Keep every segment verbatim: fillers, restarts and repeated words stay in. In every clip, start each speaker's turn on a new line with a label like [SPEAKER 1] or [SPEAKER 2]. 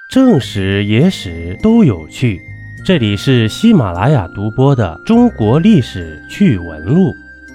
[SPEAKER 1] 正史、野史都有趣，这里是喜马拉雅独播的中国历史趣闻录。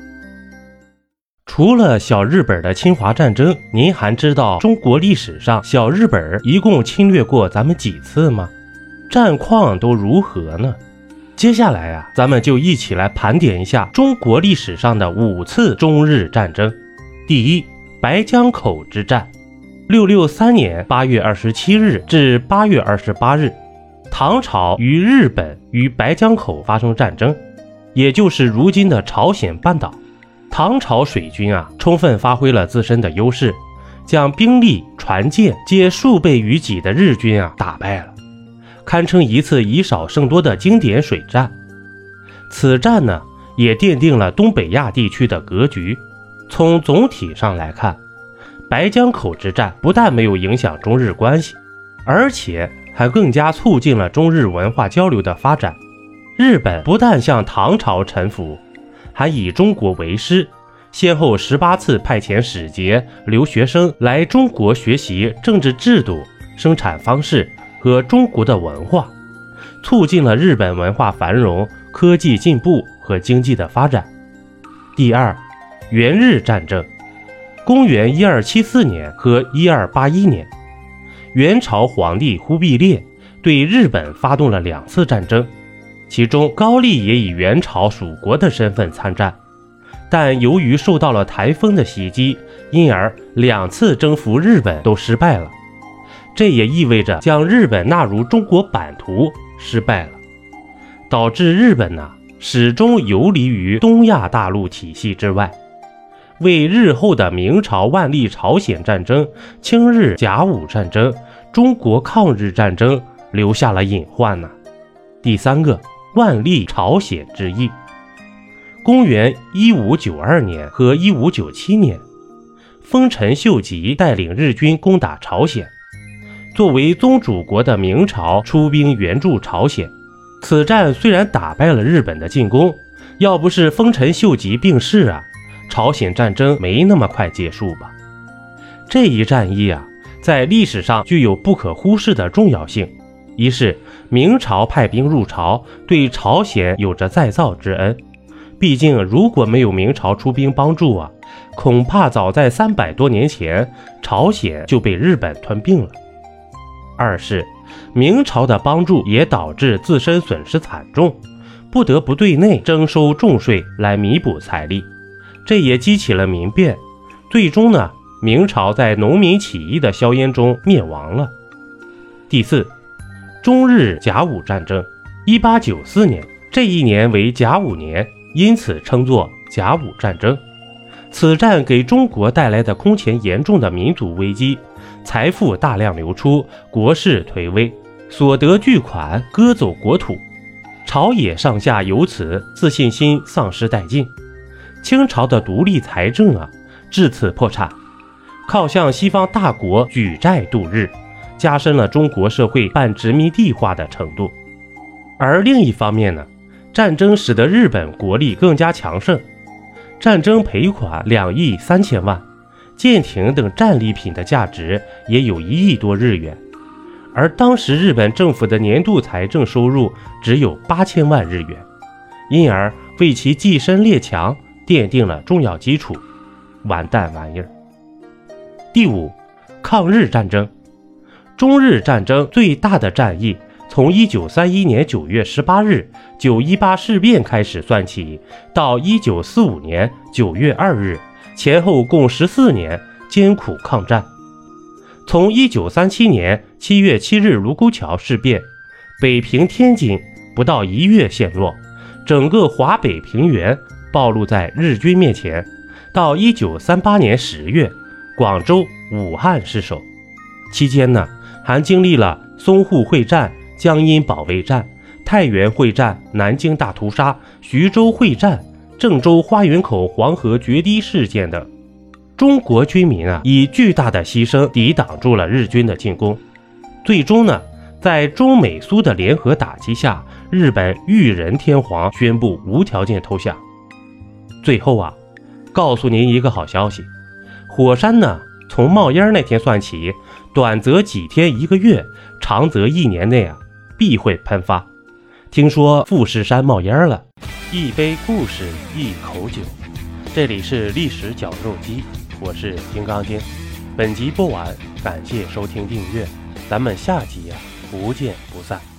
[SPEAKER 1] 除了小日本的侵华战争，您还知道中国历史上小日本一共侵略过咱们几次吗？战况都如何呢？接下来啊，咱们就一起来盘点一下中国历史上的五次中日战争。第一，白江口之战。六六三年八月二十七日至八月二十八日，唐朝与日本于白江口发生战争，也就是如今的朝鲜半岛。唐朝水军啊，充分发挥了自身的优势，将兵力、船舰皆数倍于己的日军啊打败了，堪称一次以少胜多的经典水战。此战呢，也奠定了东北亚地区的格局。从总体上来看，白江口之战不但没有影响中日关系，而且还更加促进了中日文化交流的发展。日本不但向唐朝臣服，还以中国为师，先后十八次派遣使节、留学生来中国学习政治制度、生产方式和中国的文化，促进了日本文化繁荣、科技进步和经济的发展。第二，元日战争。公元一二七四年和一二八一年，元朝皇帝忽必烈对日本发动了两次战争，其中高丽也以元朝属国的身份参战，但由于受到了台风的袭击，因而两次征服日本都失败了。这也意味着将日本纳入中国版图失败了，导致日本呢、啊、始终游离于东亚大陆体系之外，为日后的明朝万历朝鲜战争、清日甲午战争、中国抗日战争留下了隐患呢。第三个，万历朝鲜之役。公元一五九二年和一五九七年，丰臣秀吉带领日军攻打朝鲜，作为宗主国的明朝出兵援助朝鲜。此战虽然打败了日本的进攻，要不是丰臣秀吉病逝啊，朝鲜战争没那么快结束吧。这一战役啊，在历史上具有不可忽视的重要性。一是明朝派兵入朝，对朝鲜有着再造之恩，毕竟如果没有明朝出兵帮助啊，恐怕早在三百多年前，朝鲜就被日本吞并了。二是明朝的帮助也导致自身损失惨重，不得不对内征收重税来弥补财力，这也激起了民变，最终呢，明朝在农民起义的硝烟中灭亡了。第四，中日甲午战争。一八九四年，这一年为甲午年，因此称作甲午战争。此战给中国带来的空前严重的民族危机，财富大量流出，国势颓危，所得巨款割走国土，朝野上下由此自信心丧失殆尽。清朝的独立财政啊，至此破产，靠向西方大国举债度日，加深了中国社会半殖民地化的程度。而另一方面呢，战争使得日本国力更加强盛，战争赔款两亿三千万，舰艇等战利品的价值也有一亿多日元，而当时日本政府的年度财政收入只有八千万日元，因而为其跻身列强奠定了重要基础。完蛋玩意儿。第五，抗日战争。中日战争最大的战役从一九三一年九月十八日九一八事变开始算起，到一九四五年九月二日，前后共十四年艰苦抗战。从一九三七年七月七日卢沟桥事变，北平天津不到一月陷落，整个华北平原暴露在日军面前。到一九三八年十月，广州、武汉失守。期间呢，还经历了淞沪会战、江阴保卫战、太原会战、南京大屠杀、徐州会战、郑州花园口黄河决堤事件等。中国军民啊，以巨大的牺牲抵挡住了日军的进攻。最终呢，在中美苏的联合打击下，日本裕仁天皇宣布无条件投降。最后啊，告诉您一个好消息，火山呢，从冒烟那天算起，短则几天一个月，长长则一年内啊必会喷发。听说富士山冒烟了，一杯故事一口酒。这里是历史绞肉机，我是金刚经。本集播完，感谢收听订阅，咱们下集呀、啊、不见不散。